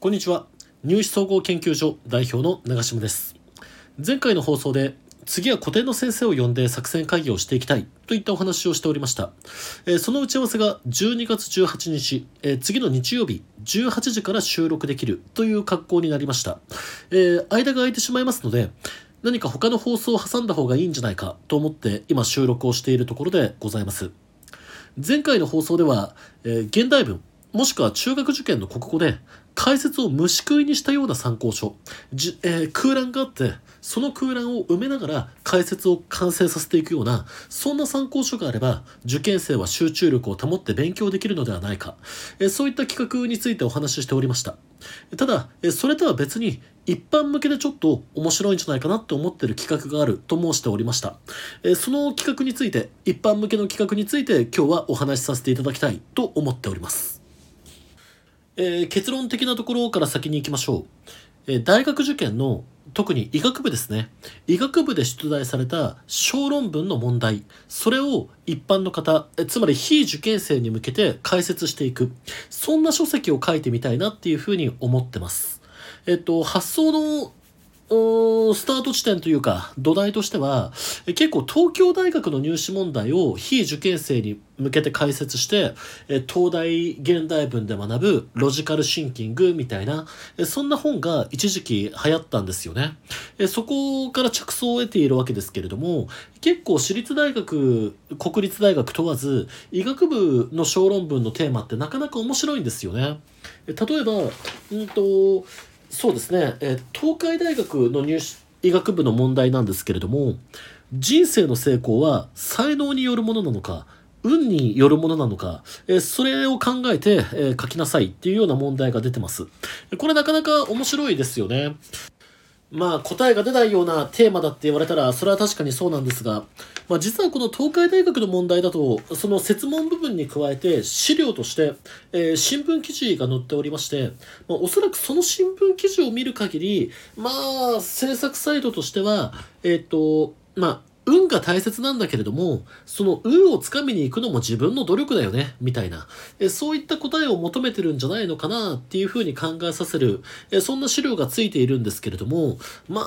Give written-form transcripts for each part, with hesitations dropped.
こんにちは。入試総合研究所代表の長島です。前回の放送で次は古典の先生を呼んで作戦会議をしていきたいといったお話をしておりました。その打ち合わせが12月18日、次の日曜日18時から収録できるという格好になりました。間が空いてしまいますので、何か他の放送を挟んだ方がいいんじゃないかと思って今収録をしているところでございます。前回の放送では、現代文もしくは中学受験の国語で解説を虫食いにしたような参考書、空欄があってその空欄を埋めながら解説を完成させていくような、そんな参考書があれば受験生は集中力を保って勉強できるのではないか、そういった企画についてお話ししておりました。ただそれとは別に一般向けでちょっと面白いんじゃないかなって思っている企画があると申しておりました。その企画について、一般向けの企画について今日はお話しさせていただきたいと思っております。結論的なところから先に行きましょう。大学受験の特に医学部ですね。医学部で出題された小論文の問題、それを一般の方、つまり非受験生に向けて解説していく、そんな書籍を書いてみたいなっていうふうに思ってます。発想のスタート地点というか土台としては、結構東京大学の入試問題を非受験生に向けて解説して、東大現代文で学ぶロジカルシンキングみたいな、そんな本が一時期流行ったんですよね。そこから着想を得ているわけですけれども、結構私立大学国立大学問わず医学部の小論文のテーマってなかなか面白いんですよね。例えばそうですね、東海大学の医学部の問題なんですけれども、人生の成功は才能によるものなのか運によるものなのか、それを考えて、書きなさいっていうような問題が出てます。これなかなか面白いですよね。まあ答えが出ないようなテーマだって言われたらそれは確かにそうなんですが、実はこの東海大学の問題だとその設問部分に加えて資料として、新聞記事が載っておりまして、おそらくその新聞記事を見る限り制作サイドとしては運が大切なんだけれども、その運をつかみに行くのも自分の努力だよねみたいな、そういった答えを求めてるんじゃないのかなっていうふうに考えさせる、そんな資料がついているんですけれども、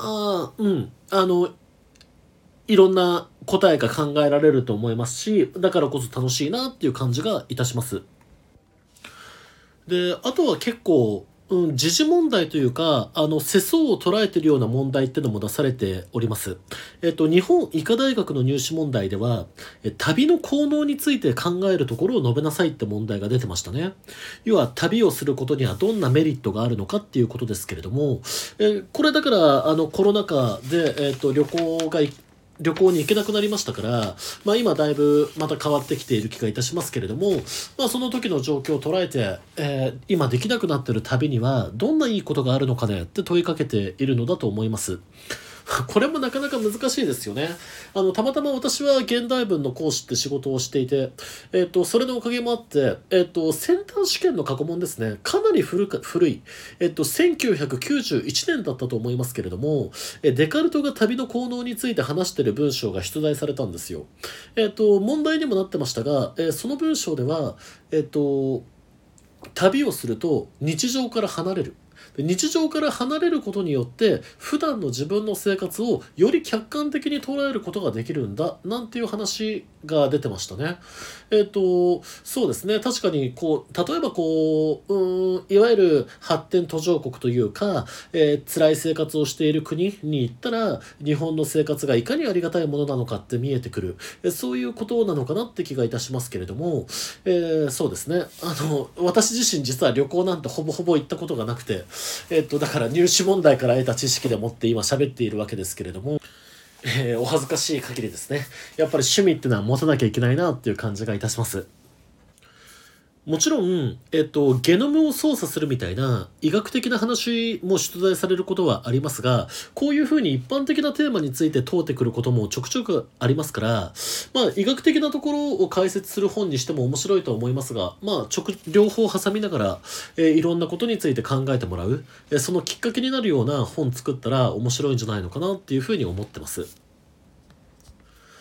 いろんな答えが考えられると思いますし、だからこそ楽しいなっていう感じがいたします。で、あとは結構時事問題というか、世相を捉えているような問題っていうのも出されております。日本医科大学の入試問題では、旅の効能について考えるところを述べなさいって問題が出てましたね。要は旅をすることにはどんなメリットがあるのかっていうことですけれども、これだからコロナ禍で、旅行に行けなくなりましたから、今だいぶまた変わってきている気がいたしますけれども、その時の状況を捉えて、今できなくなっている旅にはどんないいことがあるのかねって問いかけているのだと思います。これもなかなか難しいですよね。たまたま私は現代文の講師って仕事をしていて、それのおかげもあって、先端試験の過去問ですね、かなり古い、1991年だったと思いますけれども、デカルトが旅の効能について話している文章が出題されたんですよ。問題にもなってましたが、その文章では、旅をすると日常から離れる。日常から離れることによって普段の自分の生活をより客観的に捉えることができるんだなんていう話が出てましたね。そうですね、確かに例えばいわゆる発展途上国というか、辛い生活をしている国に行ったら日本の生活がいかにありがたいものなのかって見えてくる、そういうことなのかなって気がいたしますけれども、そうですね、私自身実は旅行なんてほぼほぼ行ったことがなくて、だから入試問題から得た知識でもって今喋っているわけですけれども、お恥ずかしい限りですね。やっぱり趣味っていうのは持たなきゃいけないなっていう感じがいたします。もちろん、ゲノムを操作するみたいな医学的な話も出題されることはありますが、こういうふうに一般的なテーマについて問うてくることもちょくちょくありますから、医学的なところを解説する本にしても面白いと思いますが、両方挟みながら、いろんなことについて考えてもらう、そのきっかけになるような本作ったら面白いんじゃないのかなっていうふうに思ってます。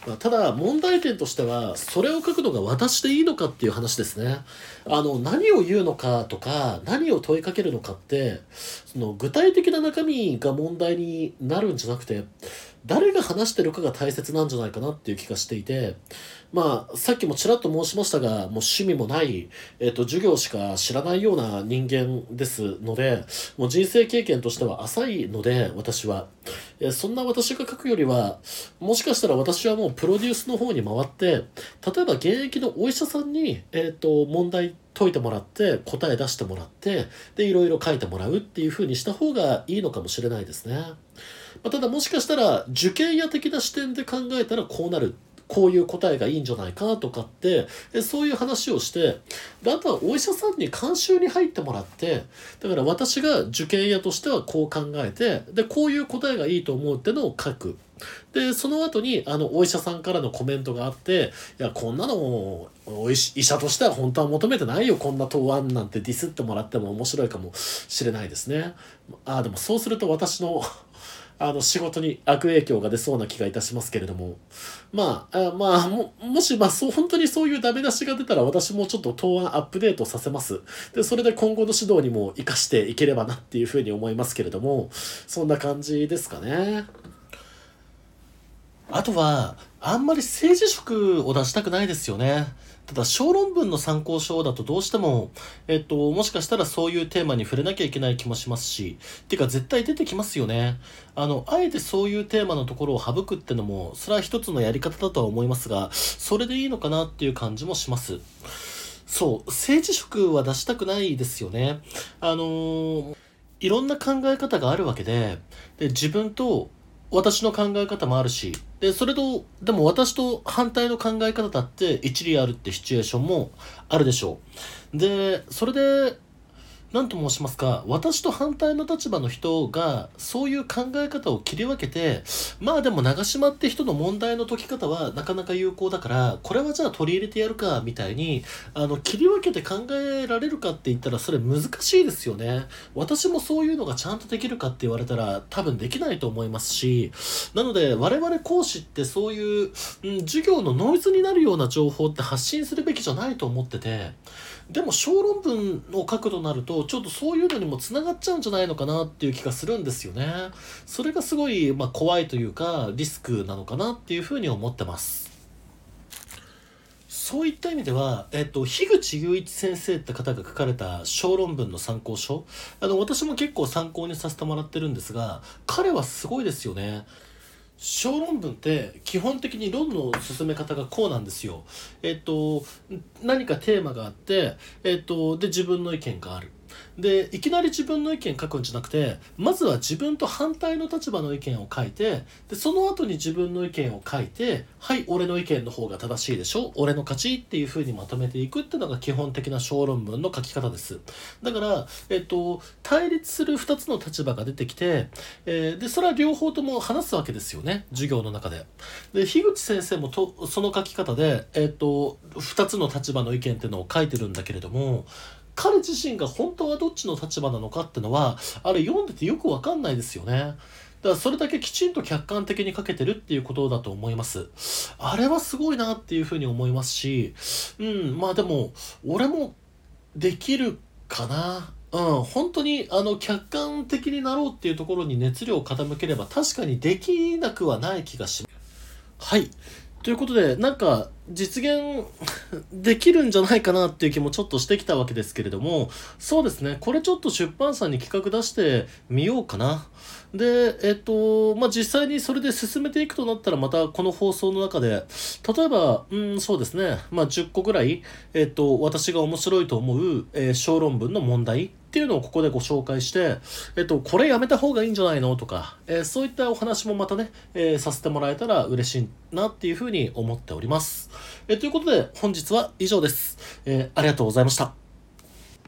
ただ問題点としてはそれを書くのが私でいいのかっていう話ですね。何を言うのかとか何を問いかけるのかってその具体的な中身が問題になるんじゃなくて誰が話してるかが大切なんじゃないかなっていう気がしていて、さっきもちらっと申しましたがもう趣味もない、授業しか知らないような人間ですのでもう人生経験としては浅いので私は。そんな私が書くよりはもしかしたら私はもうプロデュースの方に回って例えば現役のお医者さんに、問題解いてもらって答え出してもらってでいろいろ書いてもらうっていう風にした方がいいのかもしれないですね。ただもしかしたら受験屋的な視点で考えたらこうなるこういう答えがいいんじゃないかとかってそういう話をしてであとはお医者さんに監修に入ってもらってだから私が受験屋としてはこう考えてでこういう答えがいいと思うってのを書く。でその後にお医者さんからのコメントがあっていやこんなの医者としては本当は求めてないよこんな答案なんてディスってもらっても面白いかもしれないですね。でもそうすると私の仕事に悪影響が出そうな気がいたしますけれどももし本当にそういうダメ出しが出たら私もちょっと答案アップデートさせます。でそれで今後の指導にも生かしていければなっていうふうに思いますけれどもそんな感じですかね。あとは、あんまり政治色を出したくないですよね。ただ、小論文の参考書だとどうしても、もしかしたらそういうテーマに触れなきゃいけない気もしますし、てか絶対出てきますよね。あえてそういうテーマのところを省くってのも、それは一つのやり方だとは思いますが、それでいいのかなっていう感じもします。そう、政治色は出したくないですよね。あのーいろんな考え方があるわけで自分と私の考え方もあるしそれとでも私と反対の考え方だって一理あるってシチュエーションもあるでしょう。でそれで何と申しますか私と反対の立場の人がそういう考え方を切り分けてでも長島って人の問題の解き方はなかなか有効だからこれはじゃあ取り入れてやるかみたいに切り分けて考えられるかって言ったらそれ難しいですよね。私もそういうのがちゃんとできるかって言われたら多分できないと思いますしなので我々講師ってそういう、授業のノイズになるような情報って発信するべきじゃないと思っててでも小論文を書くとなるとちょっとそういうのにもつながっちゃうんじゃないのかなっていう気がするんですよね。それがすごい、怖いというかリスクなのかなっていうふうに思ってます。そういった意味では、樋口雄一先生って方が書かれた小論文の参考書私も結構参考にさせてもらってるんですが彼はすごいですよね。小論文って基本的に論の進め方がこうなんですよ。何かテーマがあって、で自分の意見がある。でいきなり自分の意見書くんじゃなくてまずは自分と反対の立場の意見を書いてでその後に自分の意見を書いてはい俺の意見の方が正しいでしょ俺の勝ちっていう風にまとめていくっていうのが基本的な小論文の書き方です。だから、対立する2つの立場が出てきて、でそれは両方とも話すわけですよね授業の中で。で樋口先生もその書き方で、2つの立場の意見っていうのを書いてるんだけれども彼自身が本当はどっちの立場なのかってのはあれ読んでてよくわかんないですよね。だからそれだけきちんと客観的に書けてるっていうことだと思います。あれはすごいなっていうふうに思いますしでも俺もできるかな。本当に客観的になろうっていうところに熱量を傾ければ確かにできなくはない気がします。はい。ということで、なんか実現できるんじゃないかなっていう気もちょっとしてきたわけですけれども、そうですね、これちょっと出版社に企画出してみようかな。で、実際にそれで進めていくとなったら、またこの放送の中で、例えば、そうですね、10個ぐらい、私が面白いと思う、小論文の問題っていうのをここでご紹介して、これやめた方がいいんじゃないのとか、そういったお話もまたね、させてもらえたら嬉しいなっていうふうに思っております。ということで、本日は以上です。ありがとうございました。